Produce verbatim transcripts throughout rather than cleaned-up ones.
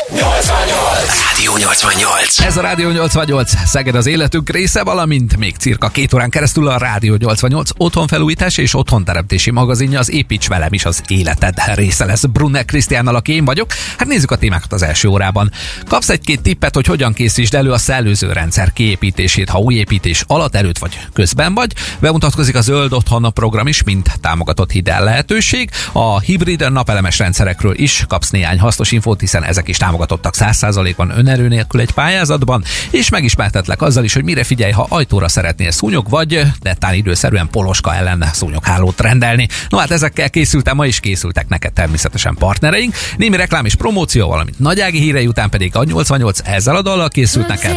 nyolcvannyolc Rádió nyolcvannyolc. Ez a Rádió nyolcvannyolc, Szeged az életünk része, valamint még cirka két órán keresztül a Rádió nyolcvannyolc otthonfelújítás és otthonteremtési magazinja, az Építs velem is az életed része lesz. Brunner Krisztiánnal, aki én vagyok. Hát nézzük a témákat az első órában. Kapsz egy-két tippet, hogy hogyan készítsd elő a szellőzőrendszer kiépítését, ha új építés alatt, előtt vagy közben vagy. Bemutatkozik a Zöld Otthon program is, mint támogatott hitel lehetőség. A hibrid napelemes rendszerekről is kapsz néhány hasznos infót, hiszen ezek is támogatottak száz százalékban önerő nélkül egy pályázatban, és megismertetlek azzal is, hogy mire figyelj, ha ajtóra szeretnél szúnyog, vagy netán időszerűen poloska ellen szúnyoghálót rendelni. No hát ezekkel készültem, ma is készültek neked természetesen partnereink. Némi reklám és promóció, valamint nagyági hírei után pedig a nyolcvannyolc ezzel a dallal készült neked.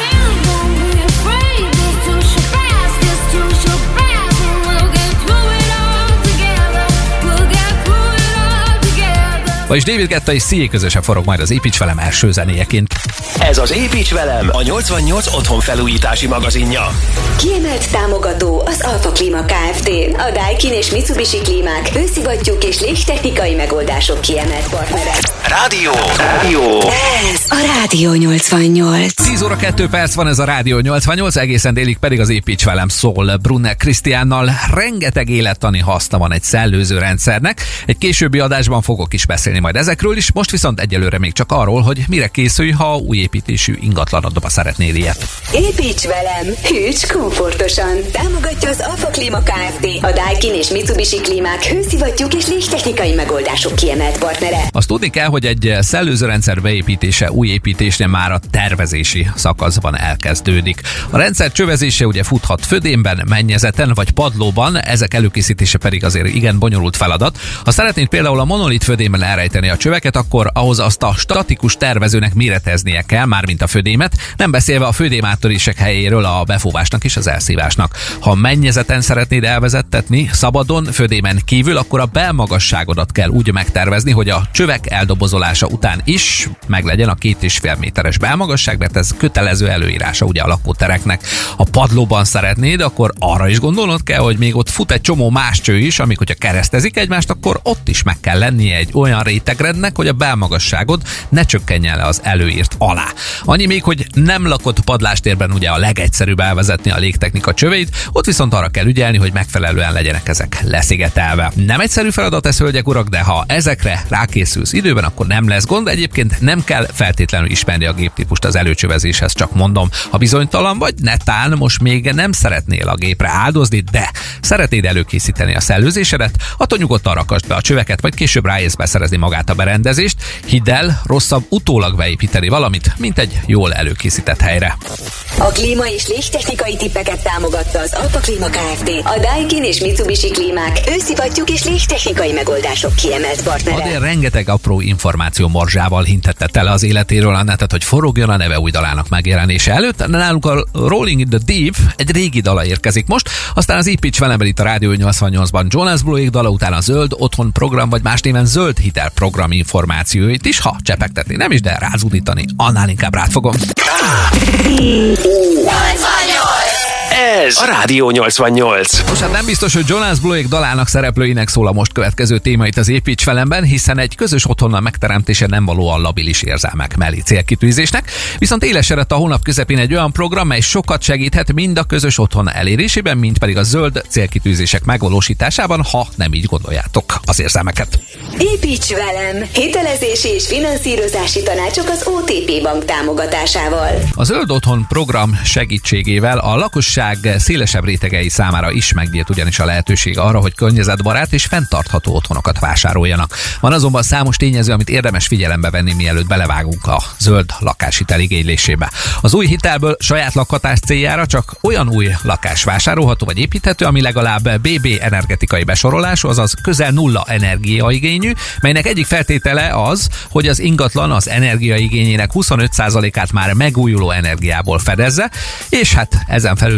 Vagyis David Guetta és Szijé közösen forog majd az Építs velem első zenéjeként. Ez az Építs velem, a nyolcvannyolc otthonfelújítási magazinja. Kiemelt támogató az Alfa Klíma Kft. A Daikin és Mitsubishi klímák, hőszivattyúk és légtechnikai megoldások kiemelt partnere. Rádió! Rádió! Ez a Rádió nyolcvannyolc. tíz óra kettő perc van, ez a Rádió nyolcvannyolc, egészen délig pedig az Építs velem szól Brunner Krisztiánnal. Rengeteg élettani haszna van egy szellőző rendszernek. Egy későbbi adásban fogok is beszélni majd ezekről is, most viszont egyelőre még csak arról, hogy mire készülj, ha új építésű ingatlanodba szeretnél ilyet. Építs velem, hűts komfortosan. Támogatja az Alfa Klíma Kft. A Daikin és Mitsubishi klímák, hőszivattyúk és légtechnikai megoldások kiemelt partnere. Azt tudni kell, hogy egy szellőzőrendszer beépítése új építésnél már a tervezési szakaszban elkezdődik. A rendszer csövezése ugye futhat födémben, mennyezeten vagy padlóban, ezek előkészítése pedig azért igen bonyolult feladat. Ha szeretnéd például a monolit födémben elrejteni a csöveket, akkor ahhoz azt a statikus tervezőnek méreteznie kell, mármint a födémet, nem beszélve a födém áttörések helyéről a befúvásnak és az elszívásnak. Ha mennyezeten szeretnéd elvezettetni, szabadon, födémen kívül, akkor a belmagasságodat kell úgy megtervezni, hogy a csövek eldobozolása után is meglegyen a két és fél méteres belmagasság, mert ez kötelező előírása ugye a lakótereknek. Ha padlóban szeretnéd, akkor arra is gondolnod kell, hogy még ott fut egy csomó más cső is, amik hogyha keresztezik egymást, akkor ott is meg kell lennie egy olyan rétegrendnek, hogy a belmagasságod ne csökkenjen le az előírt alá. Annyi még, hogy nem lakott padlástérben ugye a legegyszerűbb elvezetni a légtechnika csöveit, ott viszont arra kell ügyelni, hogy megfelelően legyenek ezek leszigetelve. Nem egyszerű feladat ez, hölgyek, urak, de ha ezekre rákészülsz időben, akkor nem lesz gond. Egyébként nem kell feltétlenül ismerni a géptípust az előcsövezéshez, csak mondom, ha bizonytalan vagy, netán most még nem szeretnél a gépre áldozni, de szeretnéd előkészíteni a szellőzésedet, attól nyugodtan rakasd be a csöveket, vagy később ráész beszerezni magát a berendezést. Hidd el, rosszabb utólag beépíteni valamit, mint egy jól előkészített helyre. A klíma és légtechnikai tippeket támogatta az Alfa Klíma Kft. A Daikin és Mitsubishi klímák, hőszivattyúk és légtechnikai megoldások kiemelt partnere. Adél rengeteg apró információ morzsával hintette tele az életéről, annáltat, hogy forogjon a neve új dalának megjelenése előtt. Nálunk a Rolling in the Deep egy régi dala érkezik most, aztán az Építs velem itt a Rádió nyolcvannyolcban Jonas Bluék dala, után a Zöld Otthon program, vagy más néven Zöld Hitel program információit is, ha csepegtetni nem is, de rázudítani, annál inkább rád fogom. Ez a Rádió nyolcvannyolc. Most hát nem biztos, hogy Jonas Bluék dalának szereplőinek szól a most következő téma itt az Építs velemben, hiszen egy közös otthonnal megteremtése nem valóan labilis érzelmek mellé célkitűzésnek, viszont élesedett a hónap közepén egy olyan program, mely sokat segíthet mind a közös otthon elérésében, mind pedig a zöld célkitűzések megvalósításában, ha nem így gondoljátok az érzelmeket. Építs velem! Hitelezési és finanszírozási tanácsok az o té pé Bank támogatásával. A Zöld Otthon program segítségével a lakosság szélesebb rétegei számára is megnyílt ugyanis a lehetőség arra, hogy környezetbarát és fenntartható otthonokat vásároljanak. Van azonban számos tényező, amit érdemes figyelembe venni, mielőtt belevágunk a zöld lakáshitel igénylésébe. Az új hitelből saját lakhatás céljára csak olyan új lakás vásárolható vagy építhető, ami legalább bé bé energetikai besorolású, azaz közel nulla energiaigényű, melynek egyik feltétele az, hogy az ingatlan az energiaigényének huszonöt százalékát már megújuló energiából fedezze, és hát ezen felül még elvárható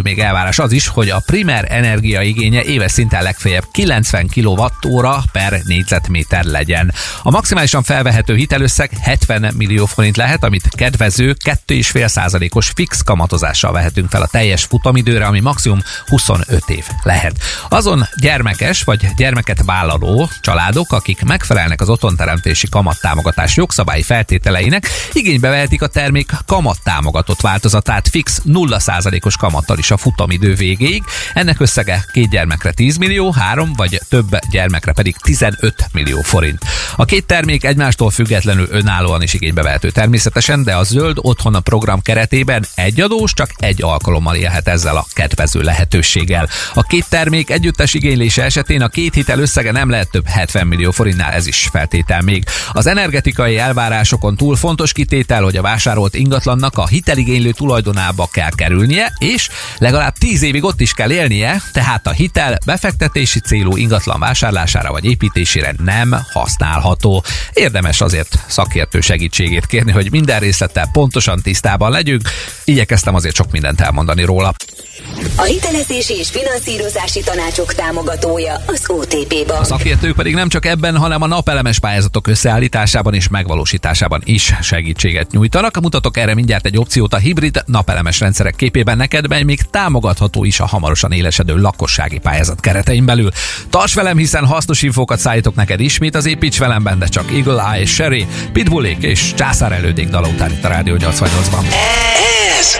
elvárás az is, hogy a primer energiaigénye éves szinten legfeljebb kilencven kilovattóra per négyzetméter legyen. A maximálisan felvehető hitelösszeg hetven millió forint lehet, amit kedvező két egész öt százalékos fix kamatozással vehetünk fel a teljes futamidőre, ami maximum huszonöt év lehet. Azon gyermekes vagy gyermeket vállaló családok, akik megfelelnek az otthonteremtési kamattámogatás jogszabályi feltételeinek, igénybe vehetik a termék kamattámogatott változatát fix nulla százalékos kamattal is a futamidő végéig. Ennek összege két gyermekre tíz millió, három vagy több gyermekre pedig tizenöt millió forint. A két termék egymástól függetlenül önállóan is igénybe vehető természetesen, de a Zöld Otthon program keretében egy adós csak egy alkalommal élhet ezzel a kedvező lehetőséggel. A két termék együttes igénylése esetén a két hitel összege nem lehet több hetven millió forintnál, ez is feltétel még. Az energetikai elvárásokon túl fontos kitétel, hogy a vásárolt ingatlannak a hiteligénylő tulajdonába kell kerülnie, és legalább tíz évig ott is kell élnie, tehát a hitel befektetési célú ingatlan vásárlására vagy építésére nem használható. Érdemes azért szakértő segítségét kérni, hogy minden részlettel pontosan tisztában legyünk. Igyekeztem azért sok mindent elmondani róla. A hitelezési és finanszírozási tanácsok támogatója az o té pé Bank. A szakértők pedig nem csak ebben, hanem a napelemes pályázatok összeállításában és megvalósításában is segítséget nyújtanak. Mutatok erre mindjárt egy opciót a hibrid napelemes rendszerek képében neked, mely még támogatható is a hamarosan élesedő lakossági pályázat keretein belül. Tarts velem, hiszen hasznos infókat szállítok neked ismét az Építs velemben, de csak Eagle Eye, Sherry, Pitbullék és Császár elődék dala után itt a Rádió nyolcvannyolcban. Ez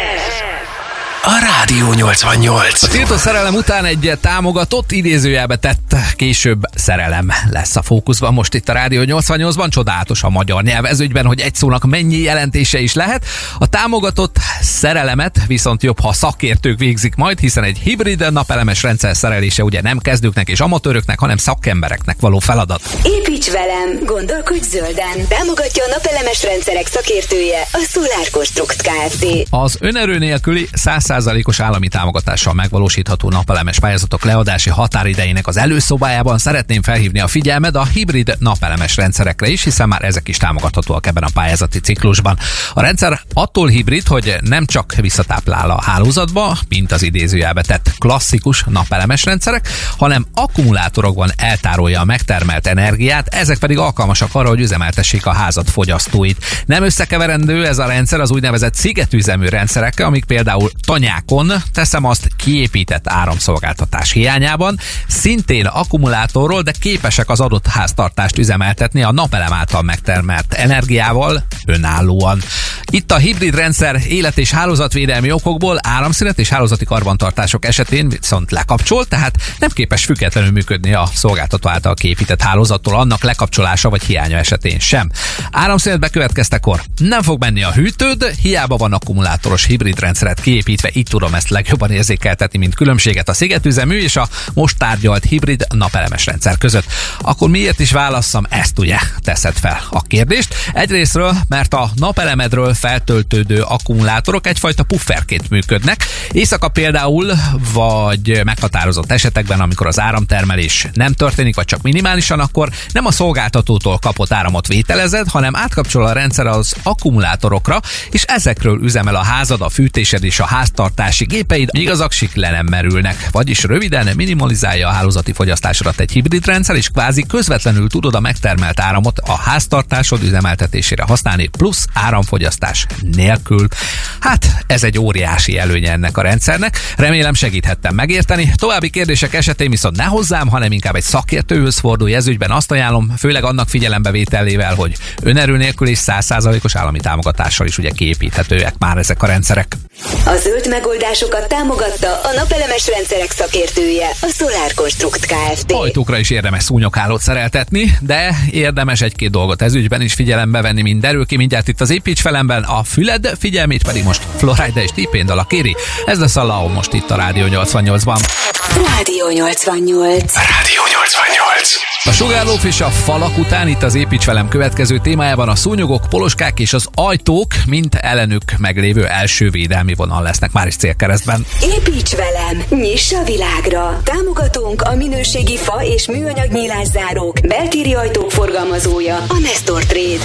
a Rádió nyolcvannyolc. A tiltott szerelem után egy támogatott, idézőjelbe tett később szerelem lesz a fókuszban most itt a Rádió nyolcvannyolcban. Csodálatos a magyar nyelv ez ügyben, hogy egy szónak mennyi jelentése is lehet. A támogatott szerelemet viszont jobb, ha szakértők végzik majd, hiszen egy hibrid napelemes rendszer szerelése ugye nem kezdőknek és amatőröknek, hanem szakembereknek való feladat. Építs velem, gondolkodj zölden. Támogatja a napelemes rendszerek szakértője, a Solar Construct Kft. Az önerő nélküli száz százalékos állami támogatással megvalósítható napelemes pályázatok leadási határidejének az előszobájában szeretném felhívni a figyelmed a hibrid napelemes rendszerekre is, hiszen már ezek is támogathatóak ebben a pályázati ciklusban. A rendszer attól hibrid, hogy nem csak visszatáplál a hálózatba, mint az idézőjelbe tett klasszikus napelemes rendszerek, hanem akkumulátorokban eltárolja a megtermelt energiát, ezek pedig alkalmasak arra, hogy üzemeltessék a házad fogyasztóit. Nem összekeverendő ez a rendszer az úgynevezett szigetüzemű rendszerekkel, amik például tanyákon, teszem azt, kiépített áramszolgáltatás hiányában, szintén akkumulátorról, de képesek az adott háztartást üzemeltetni a napelem által megtermelt energiával önállóan. Itt a hibrid rendszer élet- és hálózatvédelmi okokból áramszünet és hálózati karbantartások esetén viszont lekapcsol, tehát nem képes függetlenül működni a szolgáltató által kiépített hálózattól annak lekapcsolása vagy hiánya esetén sem. Áramszünet bekövetkeztekor nem fog menni a hűtőd, hiába van akkumulátoros hibrid rendszeret kiépítve, így tudom ezt legjobban érzékeltetni, mint különbséget a szigetüzemű és a most tárgyalt hibrid napelemes rendszer között. Akkor miért is válasszam ezt, ugye? Teszed fel a kérdést. Egyrésztről, mert a napelemedről feltöltődő akkumulátorok egyfajta pufferként működnek. Éjszaka például, vagy meghatározott esetekben, amikor az áramtermelés nem történik, vagy csak minimálisan, akkor nem a szolgáltatótól kapott áramot vételezed, hanem átkapcsol a rendszer az akkumulátorokra, és ezekről üzemel a házad, a fűtésed és a háztartási gépeid, míg az aksik le nem merülnek. Vagyis röviden minimalizálja a hálózati fogyasztásodat egy hibrid rendszer, és kvázi közvetlenül tudod a megtermelt áramot a háztartásod üzemeltetésére használni, plusz áramfogyasztás nélkül. Hát ez egy óriási előnye ennek a rendszernek. Remélem segíthettem megérteni. További kérdések esetén viszont ne hozzám, hanem inkább egy szakértőhöz fordulj. Ez ügyben azt ajánlom, főleg annak figyelembevételével, hogy önerő nélkül és száz százalékos állami támogatással is ugye kiépíthetőek már ezek a rendszerek. A zöld megoldásokat támogatta a napelemes rendszerek szakértője, a Solar Construct Kft. Ajtókra is érdemes szúnyoghálót szereltetni, de érdemes egy-két dolgot ez ügyben is figyelembe venni, mint derül ki mindjárt itt az Építs velemben, a füled figyelmét pedig most Florida és T-Pain dala kéri. Ez lesz a Lao most itt a Rádió nyolcvannyolcban. Rádió nyolcvannyolc. Rádió nyolcvannyolc. A sugárlóf és a falak után itt az Építs velem következő témájában a szúnyogok, poloskák és az ajtók, mint ellenük meglévő első védelmi vonal lesznek már is célkeresztben. Építs velem, nyiss a világra! Támogatónk a minőségi fa és műanyag nyílászárók, beltéri ajtók forgalmazója, a Nestor Trade.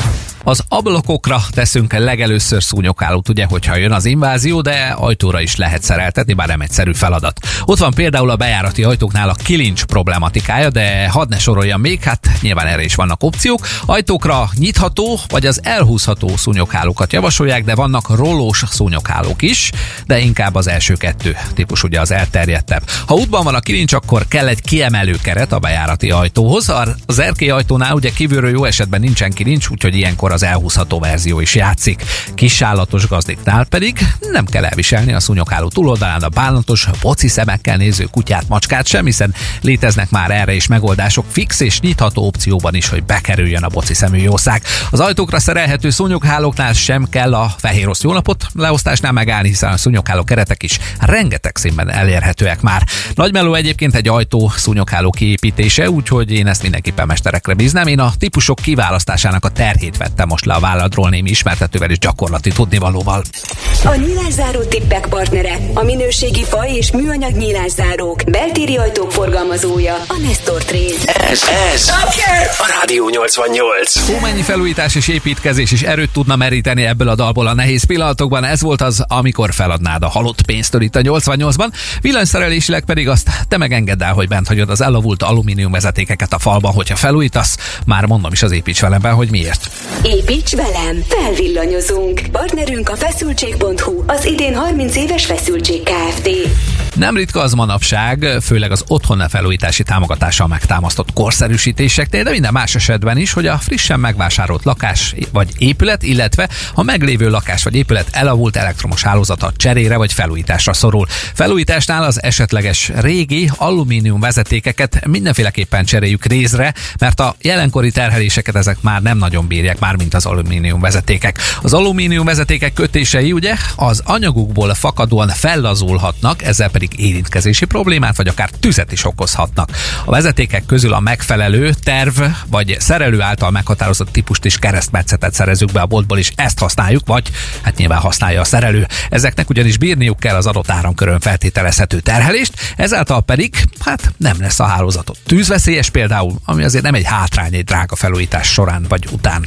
Az ablakokra teszünk legelőször szúnyogálót, ugye, hogyha jön az invázió, de ajtóra is lehet szereltetni, bár nem egyszerű feladat. Ott van például a bejárati ajtóknál a kilincs problematikája, de hadd ne soroljam még, hát nyilván erre is vannak opciók. Ajtókra nyitható vagy az elhúzható szúnyoghálókat javasolják, de vannak rollós szúnyoghálók is, de inkább az első kettő típus ugye az elterjedtebb. Ha útban van a kilincs, akkor kell egy kiemelő keret a bejárati ajtóhoz. Az erkély ajtónál ugye kívülről jó esetben nincsen kilincs, úgyhogy ilyenkor az elhúzható verzió is játszik. Kisállatos gazdiknál pedig nem kell elviselni a szúnyogháló túloldalán a bánatos, boci szemekkel néző kutyát, macskát sem, hiszen léteznek már erre is megoldások fix és nyitható opcióban is, hogy bekerüljön a boci szemű jószág. Az ajtókra szerelhető szúnyoghálóknál sem kell a fehér-orosz jónapot leosztásnál megállni, hiszen a szúnyogháló keretek is rengeteg színben elérhetőek már. Nagy meló egyébként egy ajtó szúnyogháló kiépítése, úgyhogy én ezt mindenképpen mesterekre bíznám. Én a típusok kiválasztásának a terhét vettem most le a válladról némi ismertetővel és gyakorlati tudnivalóval. A nyílászáró tippek partnere, a minőségi faj és műanyag nyílászárók, beltéri ajtók forgalmazója, a Nestor Trade. Ez, ez a Rádió nyolcvannyolc. Ó, mennyi felújítás és építkezés is erőt tudna meríteni ebből a dalból a nehéz pillanatokban. Ez volt az, amikor feladnád a halott pénztől itt a nyolcvannyolcban. Villanyszerelésileg pedig azt te megengedd el, hogy bent hagyod az elavult alumínium vezetékeket a falban, hogyha felújítasz. Már mondom is az Építs velemben, hogy miért. Építs velem, felvillanyozunk. Partnerünk a feszültség pont hu, az idén harminc éves Feszültség Kft. Nem ritka az manapság, főleg az otthon felújítási támogatással megtámasztott korszerűsítéseknél, de minden más esetben is, hogy a frissen megvásárolt lakás vagy épület, illetve a meglévő lakás vagy épület elavult elektromos hálózata cserére vagy felújításra szorul. Felújításnál az esetleges régi alumínium vezetékeket mindenféleképpen cseréljük rézre, mert a jelenkori terheléseket ezek már nem nagyon bírják, mármint az alumínium vezetékek. Az alumínium vezetékek kötései ugye az anyagukból fakadóan fellazulhatnak, ezzel pedig érintkezési problémát, vagy akár tüzet is okozhatnak. A vezetékek közül a megfelelő terv, vagy szerelő által meghatározott típust is keresztmetszetet szerezünk be a boltból, és ezt használjuk, vagy hát nyilván használja a szerelő. Ezeknek ugyanis bírniuk kell az adott áramkörön feltételezhető terhelést, ezáltal pedig hát nem lesz a hálózatot tűzveszélyes például, ami azért nem egy hátrány egy drága felújítás során vagy után.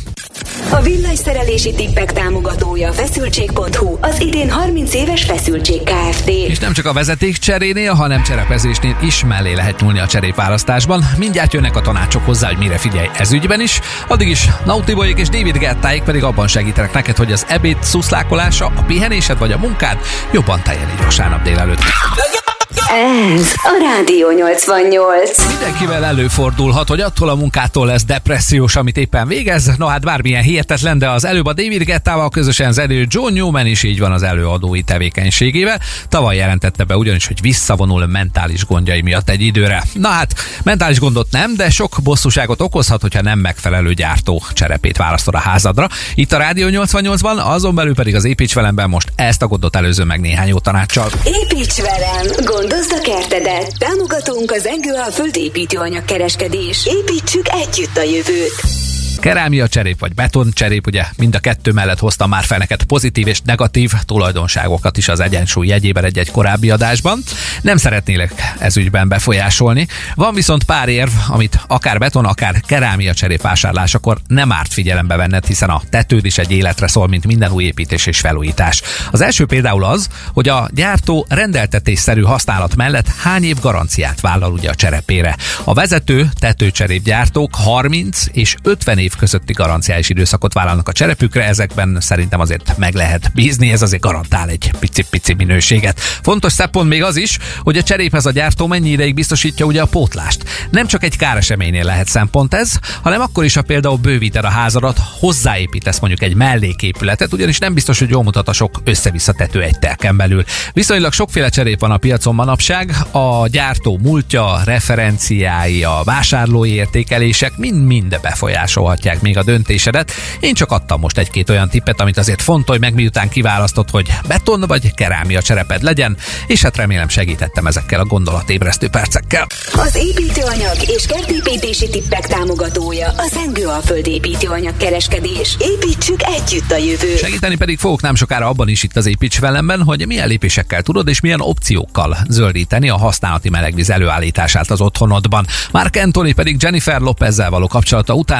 A villanyszerelési tippek támogatója feszültség pont hu, az idén harminc éves Feszültség Kft. És nem csak a vezeték cserénél, hanem cserepezésnél is mellé lehet nyúlni a cserépválasztásban. Mindjárt jönnek a tanácsok hozzá, hogy mire figyelj ez ügyben is. Addig is Nautibolyék és David Gettáik pedig abban segítenek neked, hogy az ebéd szuszlákolása, a pihenésed vagy a munkád jobban teljen így vasárnap délelőtt. Ez a Rádió nyolcvannyolc. Mindenkivel előfordulhat, hogy attól a munkától lesz depressziós, amit éppen végez. No hát bármilyen hihetetlen, de az előbb a David Guettával közösen zenélő John Newman is így van az előadói tevékenységével. Tavaly jelentette be ugyanis, hogy visszavonul mentális gondjai miatt egy időre. Na hát, mentális gondot nem, de sok bosszúságot okozhat, hogyha nem megfelelő gyártó cserepét választod a házadra. Itt a Rádió nyolcvannyolcban, azon belül pedig az Építs velemben most ezt a gondot előző meg néhány jó tanáccsal. Építs velem! Gondozd a kertedet! Támogatunk az Engőalföld építőanyagkereskedés. Építsük együtt a jövőt! Kerámia cserép vagy beton cserép, ugye mind a kettő mellett hoztam már fel neked pozitív és negatív tulajdonságokat is az egyensúly jegyében egy-egy korábbi adásban. Nem szeretnélek ez ügyben befolyásolni. Van viszont pár érv, amit akár beton, akár kerámia cserép vásárlásakor nem árt figyelembe venned, hiszen a tetőd is egy életre szól, mint minden új építés és felújítás. Az első például az, hogy a gyártó rendeltetésszerű használat mellett hány év garanciát vállal ugye a cserepére. A vezető tetőcserépgyártók harminc és ötven év közötti garanciális időszakot vállalnak a cserepükre, ezekben szerintem azért meg lehet bízni, ez azért garantál egy pici-pici minőséget. Fontos szempont még az is, hogy a cseréphez a gyártó mennyi ideig biztosítja ugye a pótlást. Nem csak egy káreseménynél lehet szempont ez, hanem akkor is, ha például bővíted a házadat, hozzáépítesz mondjuk egy melléképületet, ugyanis nem biztos, hogy jól mutat a sok össze-vissza tető egy telken belül. Viszonylag sokféle cserép van a piacon manapság, a gyártó múltja, referenciái, a vásárlói értékelések mind-mind befolyásolhatják még a döntésedet. Én csak adtam most egy-két olyan tippet, amit azért fontolj meg, miután kiválasztod, hogy beton vagy kerámia csereped legyen, és hát remélem segítettem ezekkel a gondolatébresztő percekkel. Az építőanyag és kertépítési tippek támogatója az Engőalföld építőanyagkereskedés. Építsük együtt a jövőt. Segíteni pedig fogok nem sokára abban is itt az Építs velemben, hogy milyen lépésekkel tudod és milyen opciókkal zöldíteni a használati melegvíz előállítását az otthonodban. Marc Anthony pedig Jennifer Lopezzel való kapcsolata után nem hogy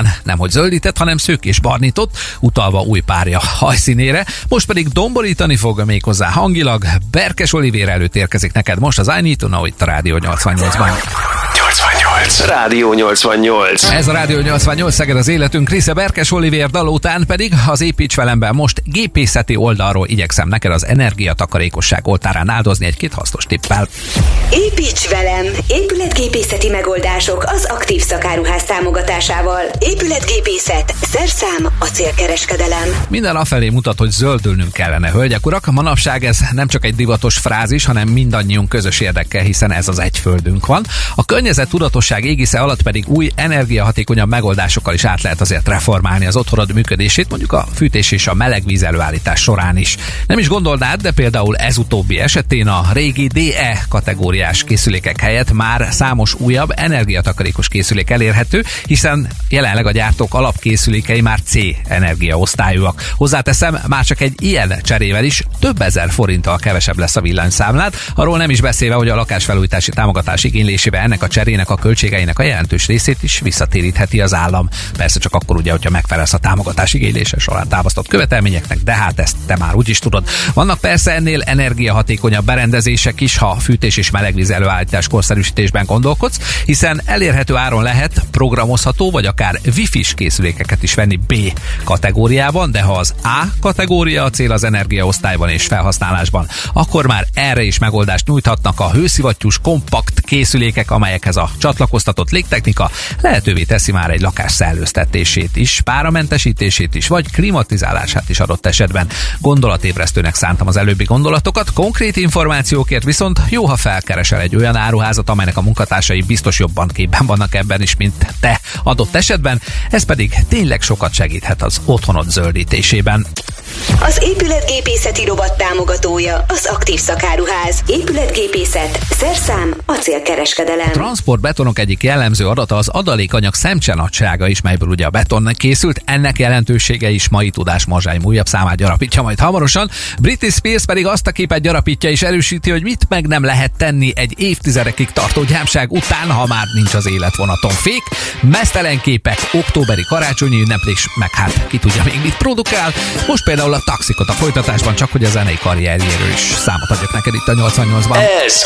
volt zöldített, hanem szőkés barnított, utalva új párja hajszínére. Most pedig domborítani fog méghozzá hangilag. Berkes Olivér előtt érkezik neked most az I Need to Know itt a Rádió nyolcvannyolcban. nyolcvannyolc. Rádió nyolcvannyolc. Ez a Rádió nyolcvannyolc, Szeged az életünk része. Berkes Olivér dal után pedig az Építs velemben most gépészeti oldalról igyekszem neked az energiatakarékosság oltárán áldozni egy-két hasznos tippel. Építs velem! Épületgépészeti megoldások az Aktív Szakáruház támogatásával. Épületgépészet, szerszám, acélkereskedelem. Minden afelé mutat, hogy zöldülnünk kellene, hölgyek, urak. Manapság ez nem csak egy divatos frázis, hanem mindannyiunk közös érdeke, hiszen ez az egy földünk van. A környezet tudatosság égisze alatt pedig új, energiahatékonyabb megoldásokkal is át lehet azért reformálni az otthonod működését, mondjuk a fűtés és a melegvíz előállítás során is. Nem is gondolnád, de például ez utóbbi esetén a régi dé e kategóriás készülékek helyett már számos újabb energiatakarékos készülék elérhető, hiszen jelenleg a gyártók alapkészülékei már C energiaosztályúak. Hozzáteszem, már csak egy ilyen cserével is több ezer forinttal kevesebb lesz a villanyszámlád, arról nem is beszélve, hogy a lakásfelújítási támogatás igénylésébe ennek a cserének a költségeinek a jelentős részét is visszatérítheti az állam. Persze csak akkor ugye, hogyha megfelelsz a támogatás igénylése során támasztott követelményeknek, de hát ezt te már úgyis tudod. Vannak persze ennél energiahatékonyabb berendezések is, ha a fűtés és melegvíz előállítás korszerűsítésben gondolkodsz, hiszen elérhető áron lehet programozható vagy akár wifi-s készülékeket is venni B kategóriában, de ha az A kategória a cél az energiaosztályban és felhasználásban, akkor már erre is megoldást nyújthatnak a hőszivattyús kompakt készülékek, amelyekhez a csatlakoztatott légtechnika lehetővé teszi már egy lakás szellőztetését is, páramentesítését is, vagy klimatizálását is adott esetben. Gondolatébresztőnek szántam az előbbi gondolatokat, konkrét információkért viszont jó, ha felkeresel egy olyan áruházat, amelynek a munkatársai biztos jobban képben vannak ebben is, mint te adott esetben, ez pedig tényleg sokat segíthet az otthonod zöldítésében. Az épületgépészeti rovat támogatója az Aktív Szakáruház. Épületgépészet, szerszám, acélkereskedelem. A transportbetonok egyik jellemző adata az adalékanyag szemcsenagysága is, melyből ugye a beton készült. Ennek jelentősége is mai tudás mazsáim újabb számát gyarapítja majd hamarosan. Britney Spears pedig azt a képet gyarapítja és erősíti, hogy mit meg nem lehet tenni egy évtizedekig tartó gyámság után, ha már nincs az életvonaton fék. Meztelen képek, októberi karácsonyi ünneplés, meg hát ki tudja még mit produkál. Most például a Taxikot a folytatásban, csak hogy a zenei karrierjéről is számot adjak neked itt a nyolcvannyolcban. Ez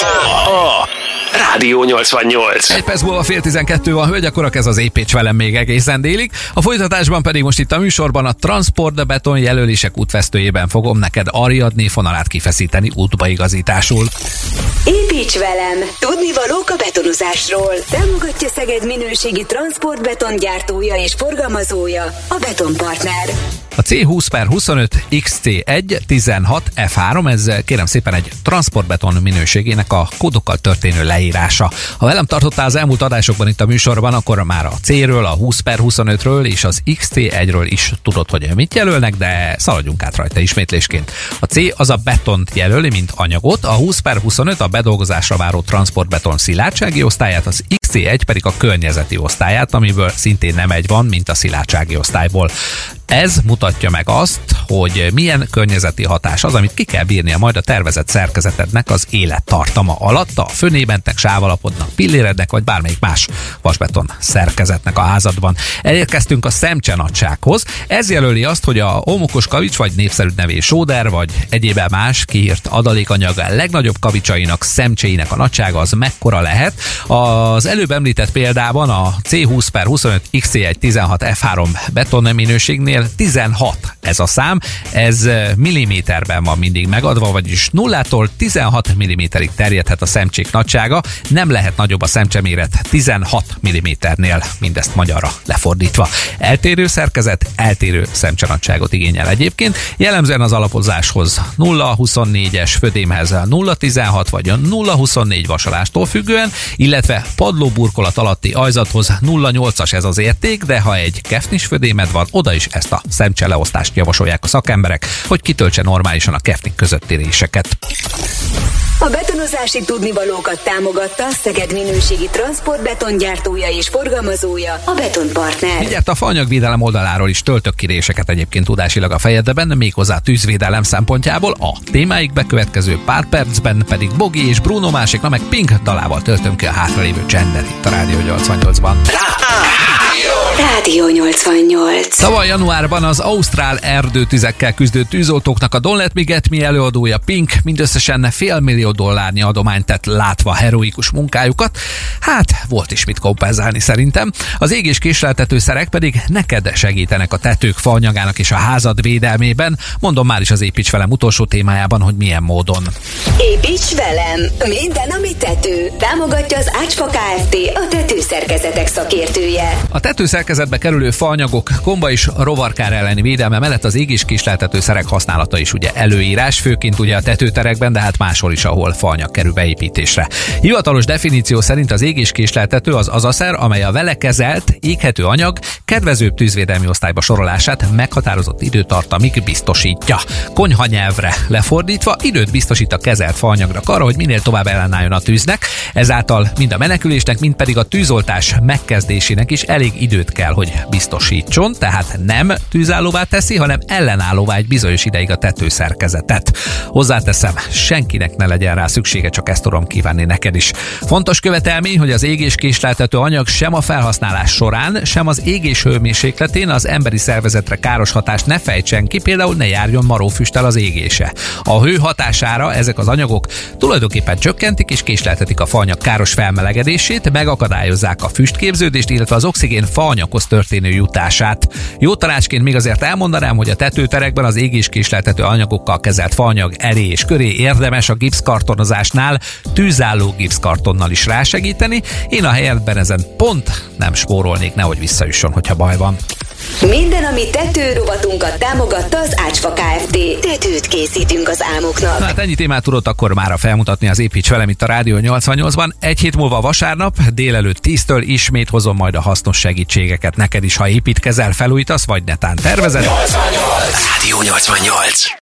a Rádió nyolcvannyolc. Egy perc múlva fél tizenkettő van, hölgyek, urak, ez az Építs velem még egészen délig. A folytatásban pedig most itt a műsorban a transport beton jelölések útvesztőjében fogom neked Ariadné fonalát kifeszíteni útbaigazításul. Építs velem! Tudnivalók a betonozásról. Támogatja Szeged minőségi transportbeton gyártója és forgalmazója, a Betonpartner. A C húsz per huszonöt X C egy tizenhat F három, ez kérem szépen egy transportbeton minőségének a kódokkal történő leírása. Ha velem tartottál az elmúlt adásokban itt a műsorban, akkor már a C-ről, a húsz per huszonötről és az X C egyről is tudod, hogy mit jelölnek, de szaladjunk át rajta ismétlésként. A C az a betont jelöli, mint anyagot, a húsz per huszonöt a bedolgozásra váró transportbeton szilárdsági osztályát, az X C egy pedig a környezeti osztályát, amiből szintén nem egy van, mint a szilárdsági osztályból. Ez mutatja meg azt, hogy milyen környezeti hatás az, amit ki kell bírnia majd a tervezett szerkezetednek az élettartama alatt, a fönébentek, sávalapodnak, pillérednek, vagy bármelyik más vasbeton szerkezetnek a házadban. Elérkeztünk a szemcsenagysághoz. Ez jelöli azt, hogy a homokos kavics, vagy népszerű nevé sóder, vagy egyéb más kiírt adalékanyag legnagyobb kavicsainak, szemcséinek a nagysága az mekkora lehet. Az előbb említett példában a C húsz per huszonöt X C egy tizenhat F három beton minőségnél tizenhat ez a szám, ez milliméterben van mindig megadva, vagyis nullától tizenhat milliméterig terjedhet a szemcsék nagysága, nem lehet nagyobb a szemcseméret tizenhat milliméternél, mindezt magyarra lefordítva. Eltérő szerkezet, eltérő szemcsenagyságot igényel egyébként, jellemzően az alapozáshoz nulla huszonnégyes födémhez nulla tizenhat vagy a nulla huszonnégy vasalástól függően, illetve padlóburkolat alatti ajzathoz nulla nyolcas ez az érték, de ha egy kefnis födémed van, oda is ezt a szemcseleosztást javasolják a szakemberek, hogy kitöltse normálisan a kefnik közötti réseket. A betonozási tudnivalókat támogatta Szeged minőségi transportbetongyártója és forgalmazója, a Betonpartner. Mindjárt a faanyagvédelem oldaláról is töltök kiréseket egyébként tudásilag a fejedben, méghozzá tűzvédelem szempontjából. A témáik bekövetkező pár percben pedig Bogi és Bruno másik, na meg Pink dalával töltöm ki a hátralévő csendet itt a Rádió nyolcvannyolcban. Rádió nyolcvannyolc. Tavaly januárban az ausztrál erdőtüzekkel küzdő tűzoltóknak a Don't Let Me Get Me előadója Pink mindösszesen fél millió dollárnyi adományt tett, látva heroikus munkájukat. Hát, volt is mit kompenzálni szerintem. Az égés késleltető szerek pedig neked segítenek a tetők faanyagának és a házad védelmében. Mondom már is az Építs velem utolsó témájában, hogy milyen módon. Építs velem! Minden, ami tető. Támogatja az Ácsfa Kft., a tetőszerkezetek szakértője. A tetőszerkezetbe kerülő faanyagok, gomba és rovarkár elleni védelme mellett az égés késleltető szerek használata is ugye előírás, főként ugye a tetőterekben, de hát máshol is, ahol faanyag kerül beépítésre. Hivatalos definíció szerint az égés késleltető az az a szer, amely a vele kezelt, éghető anyag kedvezőbb tűzvédelmi osztályba sorolását meghatározott időtartamig biztosítja. Konyha nyelvre lefordítva időt biztosít a kezelt faanyagra arra, hogy minél tovább ellenálljon a tűznek, ezáltal mind a menekülésnek, mind pedig a tűzoltás megkezdésének is elég időt kell, hogy biztosítson, tehát nem tűzállóvá teszi, hanem ellenállóvá egy bizonyos ideig a tetőszerkezetet. Hozzáteszem, senkinek ne legyen rá szüksége, csak ezt tudom kívánni neked is. Fontos követelmény, hogy az égés késleltető anyag sem a felhasználás során, sem az égés hőmérsékletén az emberi szervezetre káros hatást ne fejtsen ki, például ne járjon marófüsttel az égése. A hő hatására ezek az anyagok tulajdonképpen csökkentik és késleltetik a faanyag káros felmelegedését, megakadályozzák a füstképződést, illetve az oxigén faanyaghoz történő jutását. Jó tanácsként még azért elmondanám, hogy a tetőterekben az égés késleltető anyagokkal kezelt faanyag elé és köré érdemes a gipszkartonozásnál tűzálló gipszkartonnal is rásegíteni. Én a helyetben ezen pont nem spórolnék, nehogy visszaüssön, hogyha baj van. Minden, ami tetőrovatunkat támogatta az Ácsfa Kft. Tetőt készítünk az álmoknak. Na hát ennyi témát tudott akkor mára felmutatni az Építs velem itt a Rádió nyolcvannyolcban. Egy hét múlva vasárnap, délelőtt tíztől ismét hozom majd a hasznos segítségeket neked is, ha építkezel, felújítasz, vagy netán tervezed. nyolcvannyolc. Rádió nyolcvannyolc.